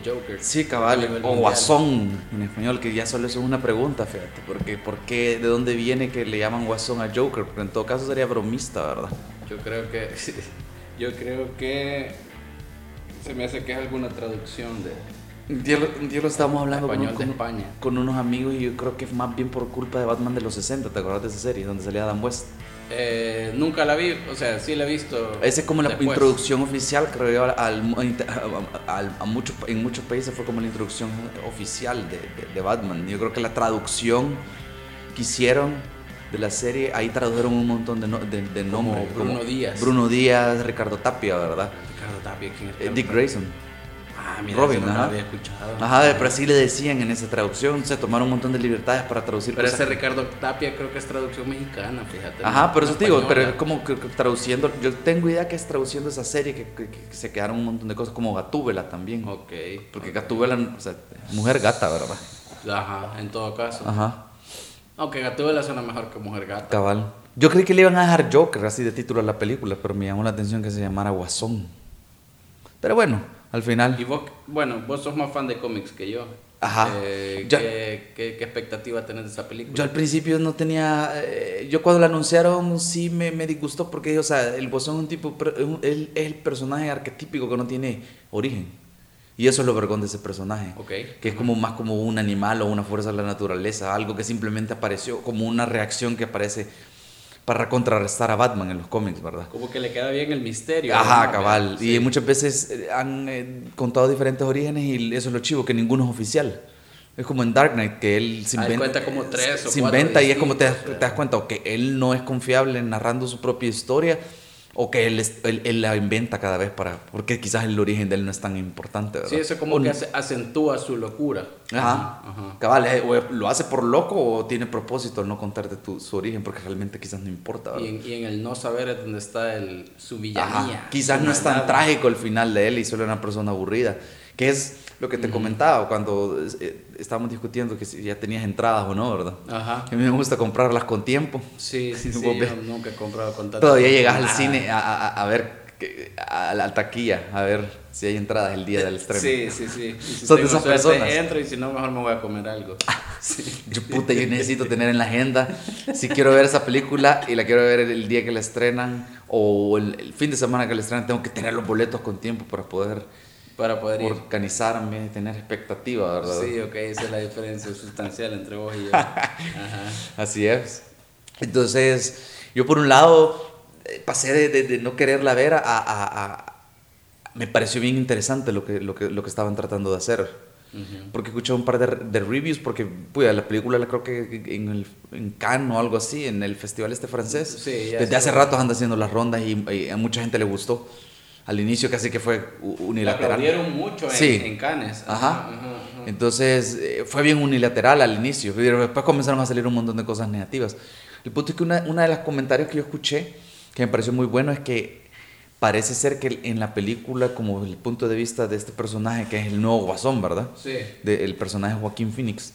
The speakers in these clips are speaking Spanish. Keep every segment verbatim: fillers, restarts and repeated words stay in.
Joker. Sí, cabal, o Guasón en español, que ya solo eso es una pregunta, fíjate, porque ¿por qué, de dónde viene que le llaman Guasón a Joker? Porque en todo caso sería bromista, ¿verdad? Yo creo que, yo creo que se me hace que es alguna traducción de... Un día, lo, un día lo estábamos hablando con, español de con, España. con unos amigos y yo creo que es más bien por culpa de Batman de los sesenta, ¿te acuerdas de esa serie donde salía Adam West? Eh, nunca la vi, o sea, sí la he visto. Esa es como la después. introducción oficial, creo yo, al, al, al, a muchos, en muchos países fue como la introducción oficial de, de, de Batman. Yo creo que la traducción que hicieron de la serie, ahí tradujeron un montón de, no, de, de nombres. Como Bruno como Díaz. Bruno Díaz, Ricardo Tapia, ¿verdad? Ricardo Tapia, ¿quién es? Eh, Dick Grayson. Ah, mira, Robin, no ajá. la había escuchado. Ajá, pero así le decían en esa traducción, se tomaron un montón de libertades para traducir Pero cosas ese que- Ricardo Tapia creo que es traducción mexicana, fíjate. Ajá, ¿no? pero eso No te digo, española. pero es como que, que traduciendo, yo tengo idea que es traduciendo esa serie que, que- que se quedaron un montón de cosas, como Gatúbela también. Ok. Porque ok. Gatúbela, o sea, mujer gata, ¿verdad? Ajá, en todo caso. Ajá, Aunque Gatúbela suena mejor que Mujer Gata. cabal. Yo creí que le iban a dejar Joker así de título a la película, pero me llamó la atención que se llamara Guasón. Pero bueno, al final... Y vos, bueno, vos sos más fan de cómics que yo. Ajá. Eh, Ya- ¿qué, qué, qué expectativa tenés de esa película? Yo al principio no tenía, eh, yo cuando la anunciaron sí me, me disgustó porque, o sea, el Guasón es un tipo, per- es un- él es el personaje arquetípico que no tiene origen. Y eso es lo vergón de ese personaje. Ok. Que es como más como un animal o una fuerza de la naturaleza, algo que simplemente apareció como una reacción que aparece para contrarrestar a Batman en los cómics, ¿verdad? Como que le queda bien el misterio. Ajá, ¿no? cabal. Sí. Y muchas veces eh, han eh, contado diferentes orígenes y eso es lo chivo, que ninguno es oficial. Es como en Dark Knight, que él se Ah, él inventa, cuenta como tres o se cuatro inventa y es como te, das- distintos, te das cuenta o que él no es confiable narrando su propia historia o que él, es- él, él la inventa cada vez para, porque quizás el origen de él no es tan importante, ¿verdad? Sí, eso como O que no- hace- acentúa su locura. Ajá, Ajá. cabal, eh, o lo hace por loco o tiene propósito el no contarte tu, su origen porque realmente quizás no importa, ¿verdad? Y en, y en el no saber es donde está el, su villanía. Ajá. Quizás su no es tan maldad. trágico el final de él y solo era una persona aburrida. Que es lo que te Ujú. comentaba cuando eh, estábamos discutiendo que si ya tenías entradas o no, ¿verdad? Ajá. A mí me gusta comprarlas con tiempo. Sí, sí, sí. Vos Yo ves. nunca he comprado con tanto. Todavía llegas al Ah. cine a, a- a ver, que- a la taquilla, a ver si hay entradas el día del estreno. Sí, sí, sí. Y si Son de tengo esas suerte, personas. entro y si no, mejor me voy a comer algo. Sí. Yo, puta, yo necesito tener en la agenda, si quiero ver esa película y la quiero ver el día que la estrenan o el, el fin de semana que la estrenan, tengo que tener los boletos con tiempo para poder Para poder ir. organizarme, tener expectativa, ¿verdad? Sí, ok, esa es la diferencia sustancial entre vos y yo. Ajá. Así es. Entonces, yo por un lado eh, pasé de, de- de no quererla ver a, a- a- me pareció bien interesante lo que, lo que, lo que estaban tratando de hacer. Ujú. Porque escuché un par de, de reviews, porque pues, la película la creo que en, el, en Cannes o algo así, en el festival este francés. Sí, ya Desde sé. hace rato anda haciendo las rondas y, y a mucha gente le gustó. Al inicio casi que fue u- La unilateral. aplaudieron mucho en, Sí. en Cannes. Ajá. Ajá, ajá, ajá. Entonces eh, fue bien unilateral al inicio, pero después comenzaron a salir un montón de cosas negativas. El punto es que una, una de los comentarios que yo escuché, que me pareció muy bueno, es que parece ser que en la película, como el punto de vista de este personaje, que es el nuevo Guasón, ¿verdad? Sí. De- el personaje Joaquín Phoenix,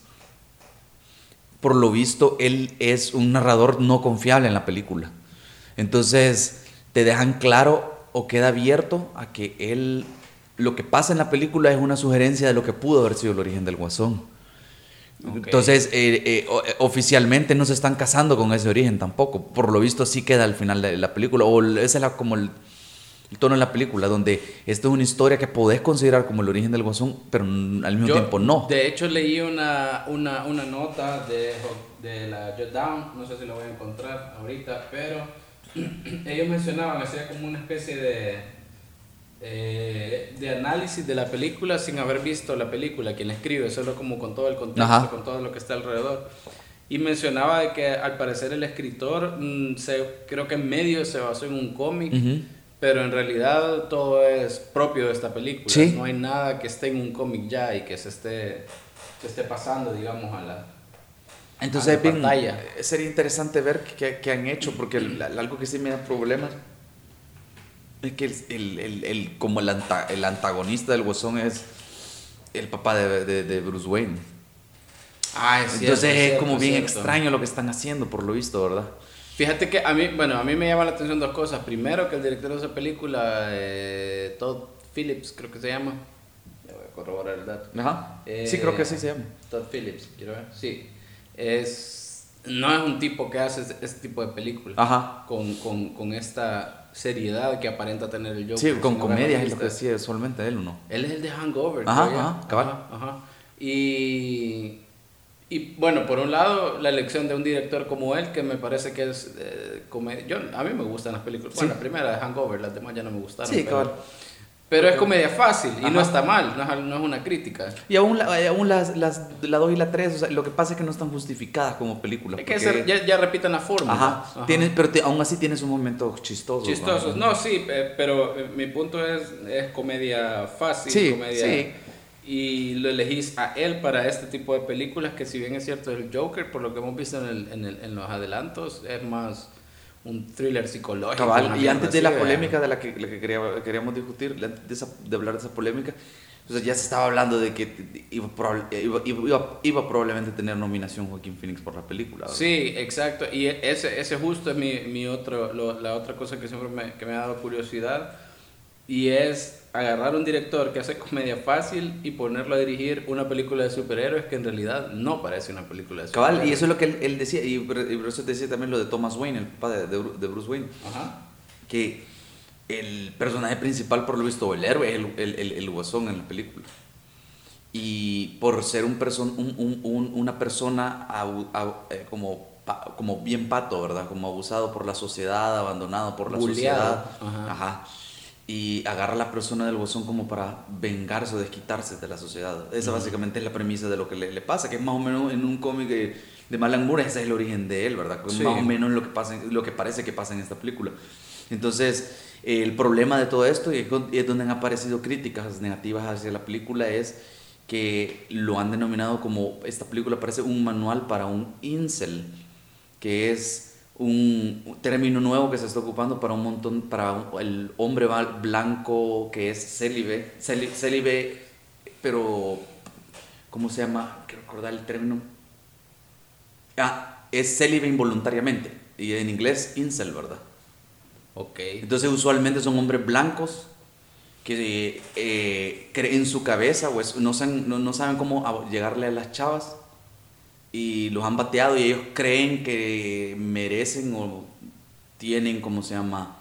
por lo visto, él es un narrador no confiable en la película. Entonces, te dejan claro o queda abierto a que él, lo que pasa en la película es una sugerencia de lo que pudo haber sido el origen del Guasón. Ok. Entonces, eh, eh, o- eh, oficialmente no se están casando con ese origen tampoco. Por lo visto, sí queda al final de la película. O ese es la- como el, el tono de la película, donde esto es una historia que podés considerar como el origen del Guasón, pero n- al mismo Yo, tiempo no. De hecho, leí una, una, una nota de, de la Jot Down, no sé si la voy a encontrar ahorita, pero ellos mencionaban, hacía como una especie de, eh, de análisis de la película sin haber visto la película, quien la escribe, solo como con todo el contexto, Ajá. con todo lo que está alrededor. Y mencionaba de que al parecer el escritor, mm, se, creo que en medio se basó en un cómic, Ujú. pero en realidad todo es propio de esta película. Sí. No hay nada que esté en un cómic ya y que se esté, se esté pasando, digamos, a la... Entonces, a la es bien, pantalla. eh, sería interesante ver qué, qué han hecho, porque el- algo que sí me da problemas es que el, el- el- el- como el, anta- el antagonista del Guasón es el papá de, de- de Bruce Wayne. Ah, es cierto, Entonces es cierto, como bien cierto. extraño lo que están haciendo, por lo visto, ¿verdad? Fíjate que a mí, bueno, a mí me llama la atención dos cosas. Primero, que el director de esa película, eh, Todd Phillips, creo que se llama. Ya voy a corroborar el dato. Ajá. Eh, Sí, creo que así se llama. Todd Phillips, quiero ver. Sí. Es, no es un tipo que hace este, este tipo de películas. Ajá. Con, con, con esta seriedad que aparenta tener el Joker. Sí, con sin comedias es lugar lo a que dudas. decía usualmente él, ¿o no? Él es el de Hangover. Ajá, creo ya. ajá, cabal. Ajá, ajá. Y, y bueno, por un lado, la elección de un director como él, que me parece que es eh, comedia. Yo, a mí me gustan las películas. Bueno, Sí. la primera de Hangover, las demás ya no me gustaron. Sí, pero, cabal. pero es comedia fácil y Ajá. no está mal, no es, no es una crítica. Y aún, la, eh, aún las, las, la dos y la tres, o sea, lo que pasa es que no están justificadas como películas. Es que porque- se- ya, ya repiten la fórmula. Ajá, Ajá. Tiene, pero te- aún así tienes un momento chistoso. Chistosos. No, sí, eh, pero eh, mi punto es, es comedia fácil, Sí, comedia... sí. Y lo elegís a él para este tipo de películas que si bien es cierto el Joker, por lo que hemos visto en, el, en, el, en los adelantos, es más un thriller psicológico. Cabal, una y mierda antes de así, la ¿verdad? polémica de la que, la que quería- queríamos discutir, antes de, esa- de hablar de esa polémica, o sea, ya se estaba hablando de que iba, probable- iba, iba, iba probablemente a tener nominación Joaquín Phoenix por la película. ¿verdad? Sí, exacto. Y ese, ese justo es mi, mi otro, lo- la otra cosa que siempre me, que me ha dado curiosidad. Y es agarrar un director que hace comedia fácil y ponerlo a dirigir una película de superhéroes que en realidad no parece una película de superhéroes. Cabal, y eso es lo que él, él decía, y por y por eso decía también lo de Thomas Wayne, el papá de, de Bru- de Bruce Wayne, Ajá. que el personaje principal, por lo visto, el héroe, es el, el, el, el guasón en la película. Y por ser un person, un, un, un- una persona abu- abu- eh, como, pa- como bien pato, ¿verdad? Como abusado por la sociedad, abandonado por la Bulleado. sociedad. Ajá. Ajá. Y agarra a la persona del guasón como para vengarse o desquitarse de la sociedad. Esa Ujú. básicamente es la premisa de lo que le, le pasa, que es más o menos en un cómic de, de Alan Moore, ese es el origen de él, ¿verdad? Que es Sí. más o menos lo que, pasa, en- lo que parece que pasa en esta película. Entonces, eh, el problema de todo esto, y es con- y es donde han aparecido críticas negativas hacia la película, es que lo han denominado como, esta película parece un manual para un incel, que es un término nuevo que se está ocupando para un montón, para un- el hombre val- blanco que es célibe, céli- célibe, pero, ¿cómo se llama? Quiero recordar el término. Ah, es célibe involuntariamente, y en inglés incel, ¿verdad? Ok. Entonces usualmente son hombres blancos que eh, creen en su cabeza o es- no, saben, no, no saben cómo a- llegarle a las chavas y los han bateado y ellos creen que merecen o tienen, ¿cómo se llama?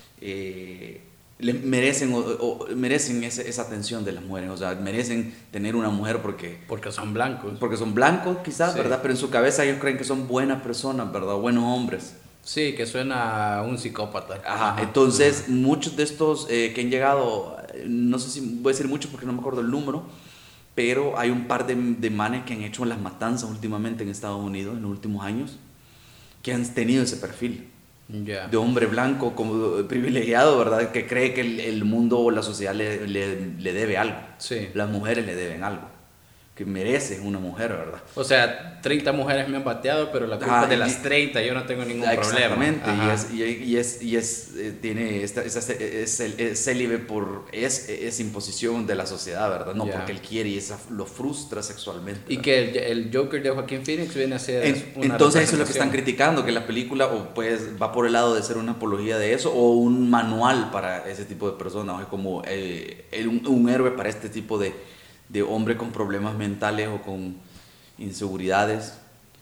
Eh, le merecen, o, o merecen esa, esa atención de las mujeres, o sea, merecen tener una mujer porque, Porque son blancos. porque son blancos quizás, Sí. ¿verdad? Pero en su cabeza ellos creen que son buenas personas, ¿verdad? Buenos hombres. Sí, que suena a un psicópata. Ajá, entonces muchos de estos eh, que han llegado, eh, no sé si voy a decir mucho porque no me acuerdo el número, pero hay un par de, de manes que han hecho las matanzas últimamente en Estados Unidos en los últimos años, que han tenido ese perfil Ya. de hombre blanco como eh, privilegiado, ¿verdad? Que cree que el, el mundo o la sociedad le, le, le debe algo, Sí. las mujeres le deben algo, que merecen una mujer, ¿verdad? O sea, treinta mujeres me han bateado, pero la culpa Ah, es de y- las treinta, yo no tengo ningún Exactamente, problema. y Ajá. es, y, y es, y es eh, tiene esta, esa ce- es, el- es célibe por es, es imposición de la sociedad, ¿verdad? No Ya. porque él quiere y esa, lo frustra sexualmente. Y ¿verdad? que el, el Joker de Joaquín Phoenix viene a ser En- una entonces eso es lo que están representación. criticando, que la película o pues va por el lado de ser una apología de eso o un manual para ese tipo de personas, o es como eh, el- un, un héroe para este tipo de, de hombre con problemas mentales o con inseguridades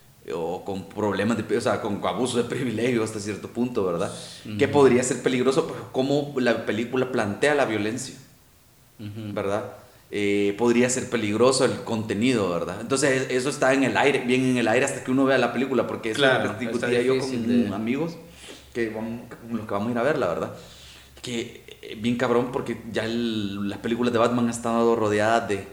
o con problemas de, o sea, con abuso de privilegio hasta cierto punto, ¿verdad? Ujú. Que podría ser peligroso, pero cómo la película plantea la violencia, Ujú. ¿verdad? Eh, podría ser peligroso el contenido, ¿verdad? Entonces eso está en el aire, bien en el aire hasta que uno vea la película, porque eso Claro, es lo que está discutía yo con difícil de- amigos que vamos, con los que vamos a ir a verla, ¿verdad? Que eh, bien cabrón, porque ya el- las películas de Batman han estado rodeadas de,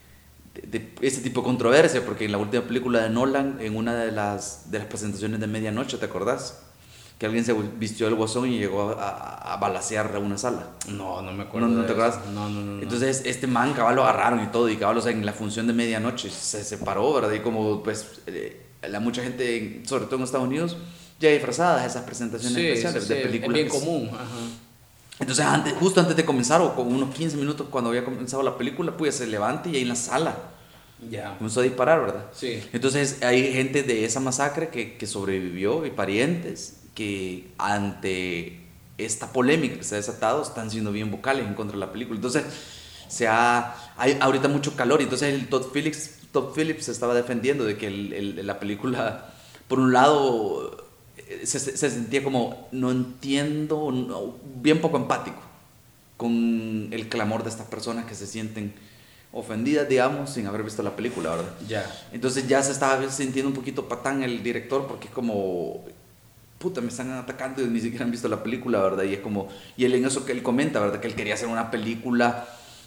de, de ese tipo de controversia, porque en la última película de Nolan, en una de las, de las presentaciones de medianoche, ¿te acordás? Que alguien se vistió del guasón y llegó a, a, a balacear a una sala. No, no me acuerdo. No, no de te eso. acuerdas. No, no, no, no. Entonces este man cabal lo agarraron y todo, y cabal, o sea, en la función de medianoche se separó, ¿verdad? Y como pues eh, la mucha gente, sobre todo en Estados Unidos, ya disfrazadas esas presentaciones sí, especiales sí, de sí, películas. es bien que- común. Ajá. Entonces antes, justo antes de comenzar, o con unos quince minutos cuando había comenzado la película, pues se levanta y ahí en la sala Ya. comenzó a disparar, ¿verdad? Sí. Entonces hay gente de esa masacre que, que sobrevivió y parientes que ante esta polémica que se ha desatado están siendo bien vocales en contra de la película. Entonces se ha, hay ahorita mucho calor, y entonces el Todd Phillips, Todd Phillips se estaba defendiendo de que el, el, la película, por un lado, se, se sentía como, no entiendo, no, bien poco empático con el clamor de estas personas que se sienten ofendidas, digamos, sin haber visto la película, ¿verdad? Ya. Entonces ya se estaba sintiendo un poquito patán el director, porque es como, puta, me están atacando y ni siquiera han visto la película, ¿verdad? Y es como, y él en eso que él comenta, ¿verdad? Que él quería hacer una película,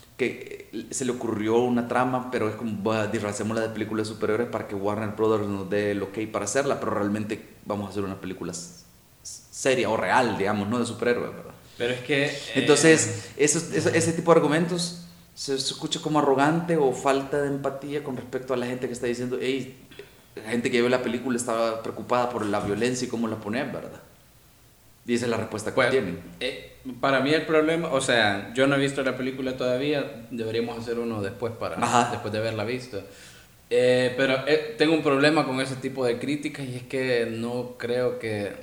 que se le ocurrió una trama, pero es como, bueno, disfracemos la de películas superiores para que Warner Brothers nos dé el ok para hacerla, pero realmente vamos a hacer una película seria o real, digamos, no de superhéroes, ¿verdad? Pero es que... Eh... Entonces, esos, ese, ese tipo de argumentos se, se escucha como arrogante o falta de empatía con respecto a la gente que está diciendo, hey, la gente que vio la película estaba preocupada por la violencia y cómo la ponen, ¿verdad? Y esa es la respuesta que bueno, tienen. Eh, para mí el problema, o sea, yo no he visto la película todavía, deberíamos hacer uno después para Ajá. después de haberla visto. Eh, pero eh, tengo un problema con ese tipo de críticas, y es que no creo que...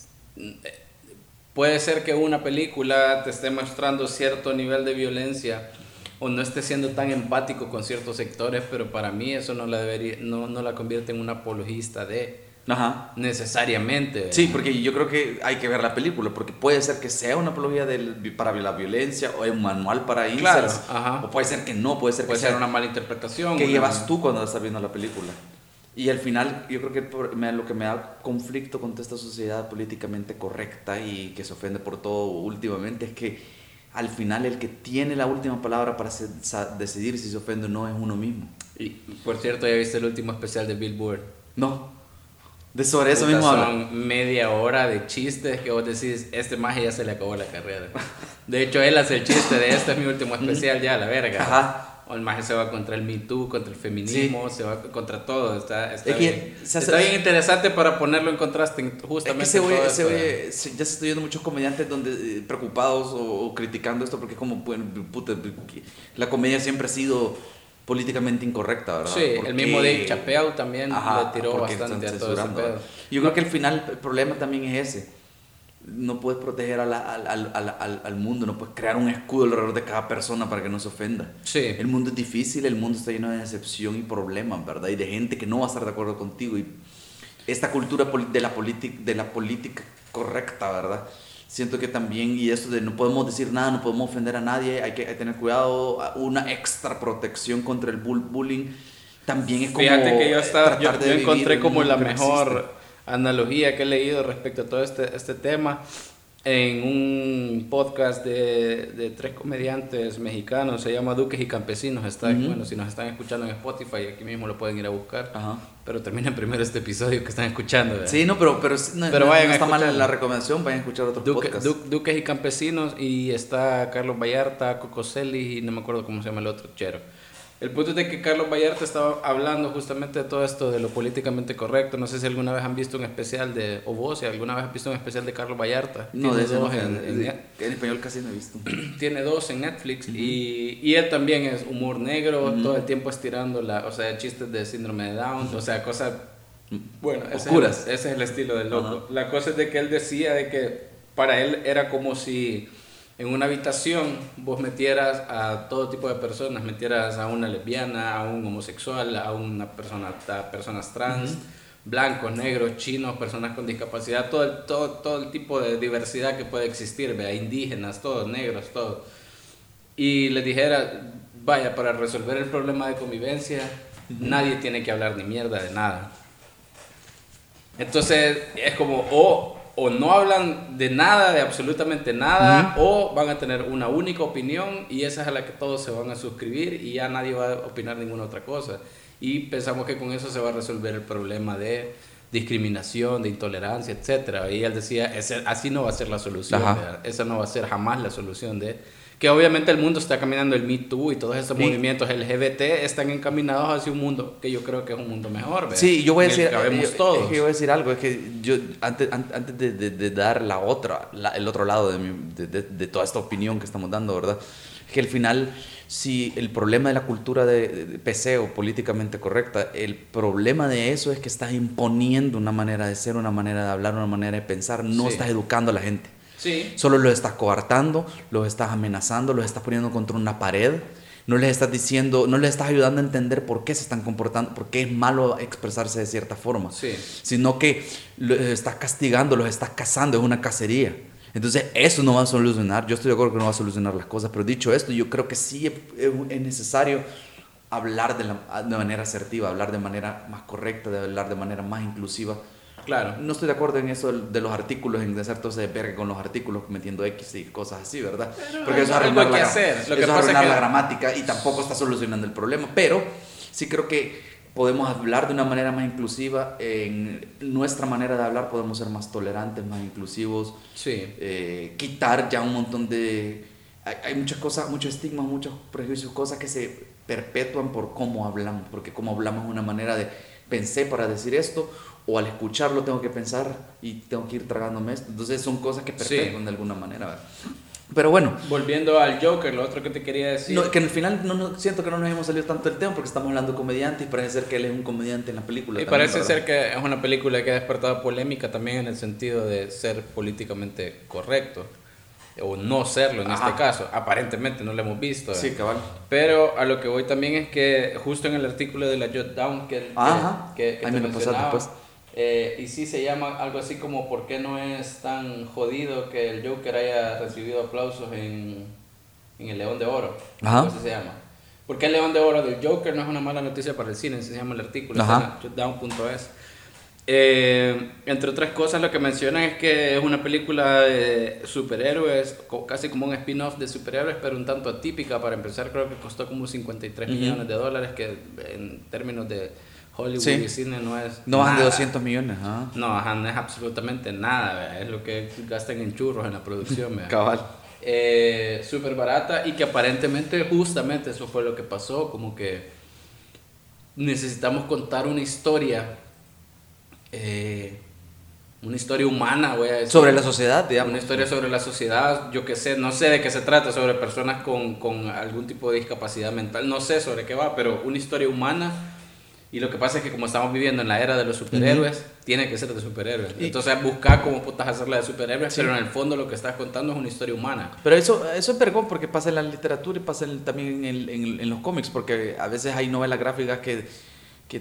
Eh, puede ser que una película te esté mostrando cierto nivel de violencia o no esté siendo tan empático con ciertos sectores, pero para mí eso no la, debería, no, no la convierte en un apologista de... Ajá. Necesariamente, ¿verdad? Sí, porque yo creo que hay que ver la película, porque puede ser que sea una apología del, para la violencia o un manual para incels, claro, o puede ser que no, puede ser puede que ser sea una mala interpretación. ¿Qué una... llevas tú cuando estás viendo la película? Y al final yo creo que por, me, lo que me da conflicto con toda esta sociedad políticamente correcta y que se ofende por todo últimamente es que al final el que tiene la última palabra para se, sa, decidir si se ofende o no es uno mismo. Y por cierto, ¿ya viste el último especial de Billboard? No. De sobre eso mismo habla. Son media hora de chistes que vos decís, este maje ya se le acabó la carrera. De hecho, él hace el chiste de este es mi último especial, ya, la verga. Ajá. O el maje se va contra el Me Too, contra el feminismo, sí. se va contra todo. Está, está, es bien, que, se hace, está bien interesante para ponerlo en contraste justamente. Es que se oye, se oye, se, ya se estoy viendo muchos comediantes donde, eh, preocupados o, o criticando esto porque es como, bueno, puta, la comedia siempre ha sido políticamente incorrecta, ¿verdad? Sí, porque, el mismo Dave Chappelle también ajá, le tiró bastante a todo ese pedo. Yo creo que al final el problema también es ese. No puedes proteger a la, al, al, al, al mundo, no puedes crear un escudo alrededor de cada persona para que no se ofenda. Sí. El mundo es difícil, el mundo está lleno de decepción y problemas, ¿verdad? Y de gente que no va a estar de acuerdo contigo. Y esta cultura de la, de la política correcta, ¿verdad? Siento que también, y esto de no podemos decir nada, no podemos ofender a nadie, hay que, hay que tener cuidado, una extra protección contra el bullying, también es como... Fíjate que yo, estaba, yo, yo encontré como la mejor analogía que he leído respecto a todo este, este tema en un podcast de, de tres comediantes mexicanos, se llama Duques y Campesinos. Está, uh-huh. Bueno, si nos están escuchando en Spotify, aquí mismo lo pueden ir a buscar. Uh-huh. Pero terminen primero este episodio que están escuchando, ¿verdad? Sí, no, pero, pero, no, pero no, vayan no está a mal la recomendación, vayan a escuchar otros Duque, podcasts. Du, Duques y Campesinos, y está Carlos Vallarta, Coco Celis y no me acuerdo cómo se llama el otro chero. El punto es de que Carlos Vallarta estaba hablando justamente de todo esto de lo políticamente correcto. No sé si alguna vez han visto un especial de, o vos, si alguna vez has visto un especial de Carlos Vallarta. No, tiene de dos no, en, en, en, en español casi no he visto. Tiene dos en Netflix, uh-huh. y, y él también es humor negro, uh-huh. todo el tiempo estirando, la, o sea, chistes de síndrome de Down, uh-huh. o sea, cosas, bueno, ese oscuras. Es, ese es el estilo del loco. Uh-huh. La cosa es de que él decía de que para él era como si... en una habitación vos metieras a todo tipo de personas, metieras a una lesbiana, a un homosexual, a una persona, a personas trans, uh-huh. blancos, negros, chinos, personas con discapacidad, todo el, todo, todo el tipo de diversidad que puede existir, ¿vea? Indígenas, todos, negros, todos. Y les dijera, vaya, para resolver el problema de convivencia, uh-huh. nadie tiene que hablar ni mierda de nada. Entonces es como, o... o no hablan de nada, de absolutamente nada, uh-huh. o van a tener una única opinión y esa es a la que todos se van a suscribir y ya nadie va a opinar ninguna otra cosa. Y pensamos que con eso se va a resolver el problema de discriminación, de intolerancia, etcétera. Y él decía, ese, así no va a ser la solución, esa no va a ser jamás la solución de... que obviamente el mundo está caminando, el Me Too y todos estos sí. movimientos L G B T están encaminados hacia un mundo que yo creo que es un mundo mejor, ¿verdad? Sí, yo voy a decir, yo, todos. Es que yo voy a decir algo, es que yo antes, antes de, de, de dar la otra, la, el otro lado de, mi, de, de, de toda esta opinión que estamos dando, ¿verdad? Es que al final, si el problema de la cultura de, de, de P C o políticamente correcta, el problema de eso es que estás imponiendo una manera de ser, una manera de hablar, una manera de pensar, no sí. estás educando a la gente. Sí. Solo los estás coartando, los estás amenazando, los estás poniendo contra una pared no les estás diciendo, no les estás ayudando a entender por qué se están comportando, por qué es malo expresarse de cierta forma, Sí. sino que los estás castigando, los estás cazando, es una cacería. Entonces eso no va a solucionar, yo estoy de acuerdo que no va a solucionar las cosas, pero dicho esto, yo creo que sí es, es necesario hablar de, la, de manera asertiva, hablar de manera más correcta, de hablar de manera más inclusiva. Claro. No estoy de acuerdo en eso de los artículos, en hacer todo ese verga con los artículos, metiendo X y cosas así, ¿verdad? Pero porque eso es algo arruinar, hay que la, hacer. Lo eso que es pasa arruinar que- la gramática y tampoco está solucionando el problema. Pero sí creo que podemos hablar de una manera más inclusiva. En nuestra manera de hablar podemos ser más tolerantes, más inclusivos. Sí. Eh, quitar ya un montón de... Hay, hay muchas cosas, muchos estigmas, muchos prejuicios, cosas que se perpetúan por cómo hablamos, porque cómo hablamos es una manera de pensé para decir esto, o al escucharlo tengo que pensar y tengo que ir tragándome esto. Entonces son cosas que perpetúan Sí. de alguna manera, ¿verdad? Pero bueno, Volviendo al Joker, lo otro que te quería decir. no, que al final no, no, siento que no nos hemos salido tanto del tema porque estamos hablando de comediante y parece ser que él es un comediante en la película. Y también, parece ¿verdad? ser que es una película que ha despertado polémica también en el sentido de ser políticamente correcto. O no serlo en Ajá. este caso. Aparentemente no lo hemos visto. Sí, ¿eh? cabal. Pero a lo que voy también es que justo en el artículo de la Jot Down que, que, Ajá. que, que Ahí te me lo pasaste, mencionaba, pues. eh, y sí se llama algo así como ¿por qué no es tan jodido que el Joker haya recibido aplausos en, en el León de Oro? Ajá. Algo así se llama. ¿Por qué el León de Oro del Joker no es una mala noticia para el cine? Se llama el artículo, Ajá. jot down punto es. Eh, entre otras cosas, lo que mencionan es que es una película de superhéroes, co- casi como un spin-off de superhéroes, pero un tanto atípica. Para empezar, creo que costó como cincuenta y tres Ujú. millones de dólares, que en términos de Hollywood Sí. y cine no es. No bajan de nada. doscientos millones. Ajá. No, ajá, no es absolutamente nada, ¿verdad? Es lo que gastan en churros en la producción. ¿verdad? Cabal. Eh, súper barata y que aparentemente justamente eso fue lo que pasó, como que necesitamos contar una historia, eh, una historia humana, voy a decir. Sobre la sociedad, digamos. Una historia sobre la sociedad, yo qué sé, no sé de qué se trata, sobre personas con, con algún tipo de discapacidad mental, no sé sobre qué va, pero una historia humana. Y lo que pasa es que como estamos viviendo en la era de los superhéroes, uh-huh. tiene que ser de superhéroes. Y, Entonces buscar cómo putas hacerla de superhéroes, sí. pero en el fondo lo que estás contando es una historia humana. Pero eso, eso es vergón porque pasa en la literatura y pasa en, también en, el, en, en los cómics, porque a veces hay novelas gráficas que, que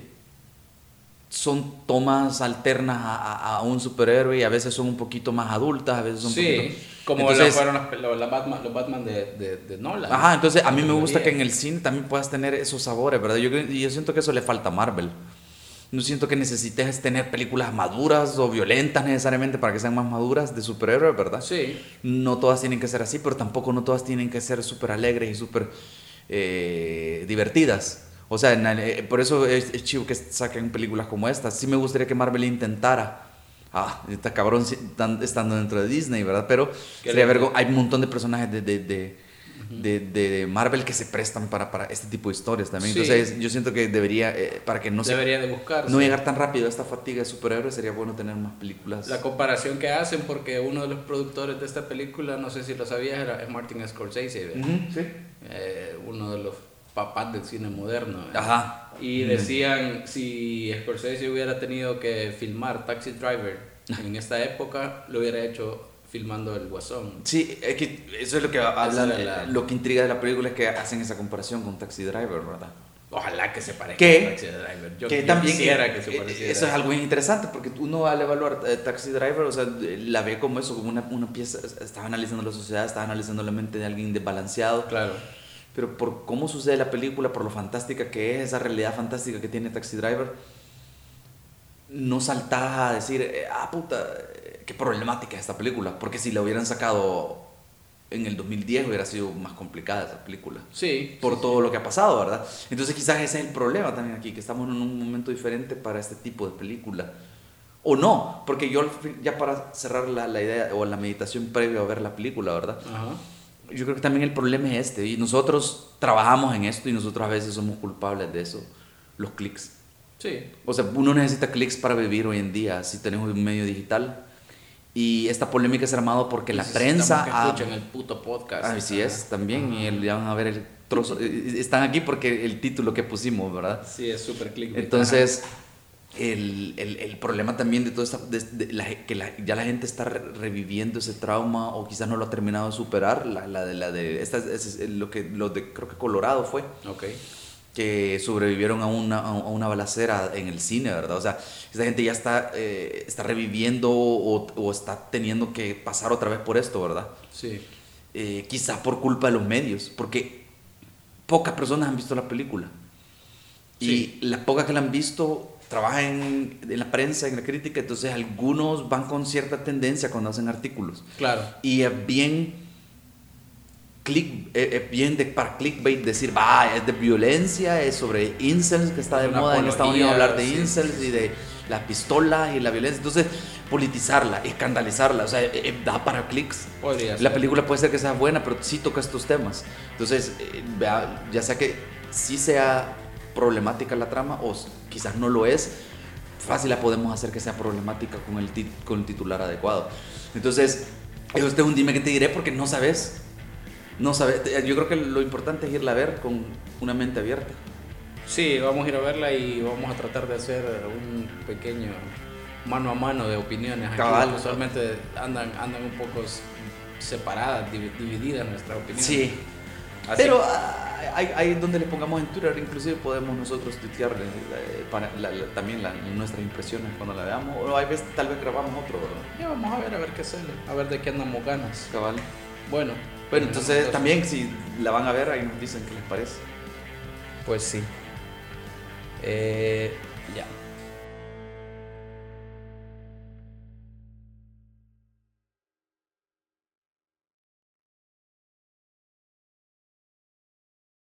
son tomas alternas a, a un superhéroe y a veces son un poquito más adultas, a veces son sí, un poquito... como entonces, la fueron las, los, los Batman, los Batman de, de, de Nolan. Ajá, entonces a mí me gusta que en el cine también puedas tener esos sabores, ¿verdad? Yo, yo siento que eso le falta a Marvel. No siento que necesites tener películas maduras o violentas necesariamente para que sean más maduras de superhéroes, ¿verdad? Sí. No todas tienen que ser así, pero tampoco no todas tienen que ser súper alegres y súper eh, divertidas. O sea, en el, por eso es, es chido que saquen películas como estas. Sí me gustaría que Marvel intentara. Ah, está cabrón estando dentro de Disney, ¿verdad? Pero sería vergo, hay un montón de personajes de, de, de, uh-huh. de, de Marvel que se prestan para, para este tipo de historias también. Sí. Entonces yo siento que debería, eh, para que no debería se, de buscarse. no llegar tan rápido a esta fatiga de superhéroes, sería bueno tener más películas. La comparación que hacen, porque uno de los productores de esta película, no sé si lo sabías, era, es Martin Scorsese, uh-huh, sí. eh, uno de los papás del cine moderno. ¿eh? Ajá. Y decían, si Scorsese hubiera tenido que filmar Taxi Driver en esta época, lo hubiera hecho filmando El Guasón. Sí, es que eso es lo que habla, la, lo que intriga de la película, es que hacen esa comparación con Taxi Driver, ¿verdad? Ojalá que se parezca que, a Taxi Driver. Yo, que yo también quisiera que se pareciera. Eso es algo muy interesante, porque uno al evaluar eh, Taxi Driver, o sea, la ve como eso, como una, una pieza, estaba analizando la sociedad, estaba analizando la mente de alguien desbalanceado. Claro. Pero por cómo sucede la película, por lo fantástica que es, esa realidad fantástica que tiene Taxi Driver, no saltás a decir, eh, ah, puta, qué problemática es esta película. Porque si la hubieran sacado en el dos mil diez hubiera sido más complicada esa película. Sí. Por sí, todo sí. lo que ha pasado, ¿verdad? Entonces quizás ese es el problema también aquí, que estamos en un momento diferente para este tipo de película. O no, porque yo ya para cerrar la, la idea o la meditación previa a ver la película, ¿verdad? Ajá. Yo creo que también el problema es este, y nosotros trabajamos en esto y nosotros a veces somos culpables de eso, los clics. Sí. O sea, uno necesita clics para vivir hoy en día, si tenemos un medio digital. Y esta polémica se ha armado porque la prensa... que escuchen el puto podcast. Así es, también, y el, ya van a ver el trozo. Están aquí porque el título que pusimos, ¿verdad? Sí, es súper click. Entonces, el, el, el problema también de todo esta, de, de la, que la, ya la gente está re, reviviendo ese trauma o quizás no lo ha terminado de superar, la, la de, la de esta, es, es lo que, lo de, creo que Colorado fue, Okay. que sobrevivieron a una, a una balacera en el cine, ¿verdad? O sea, esta gente ya está, eh, está reviviendo o, o está teniendo que pasar otra vez por esto, ¿verdad? Sí. Eh, quizá por culpa de los medios, porque pocas personas han visto la película. Sí. Y las pocas que la han visto trabajan en, en la prensa, en la crítica, entonces algunos van con cierta tendencia cuando hacen artículos. Claro. Y es bien, click, es bien de, para clickbait decir, va, es de violencia, es sobre incels, que está de Una moda en Estados Unidos hablar de sí, incels sí, sí. y de las pistolas y la violencia. Entonces, politizarla, escandalizarla, o sea, eh, da para clics. Podría La ser. película puede ser que sea buena, pero sí toca estos temas. Entonces, eh, vea, ya sea que sí sea problemática la trama o quizás no lo es, fácil la podemos hacer que sea problemática con el, tit con el titular adecuado. Entonces, este es un dime que te diré porque no sabes. No sabes. Yo creo que lo importante es irla a ver con una mente abierta. Sí, vamos a ir a verla y vamos a tratar de hacer un pequeño mano a mano de opiniones. Aquí Cabal. usualmente andan, andan un poco separadas, divididas nuestras opiniones. Sí. Así. Pero hay, hay donde le pongamos en Twitter, inclusive podemos nosotros tuitearle eh, para la, la, también la, nuestras impresiones cuando la veamos. O hay veces, tal vez grabamos otro, ¿verdad? Ya vamos a ver, a ver qué sale, a ver de qué andamos ganas. Cabal. Bueno. Bueno, entonces, entonces también si la van a ver, ahí nos dicen qué les parece. Pues sí. Eh, ya.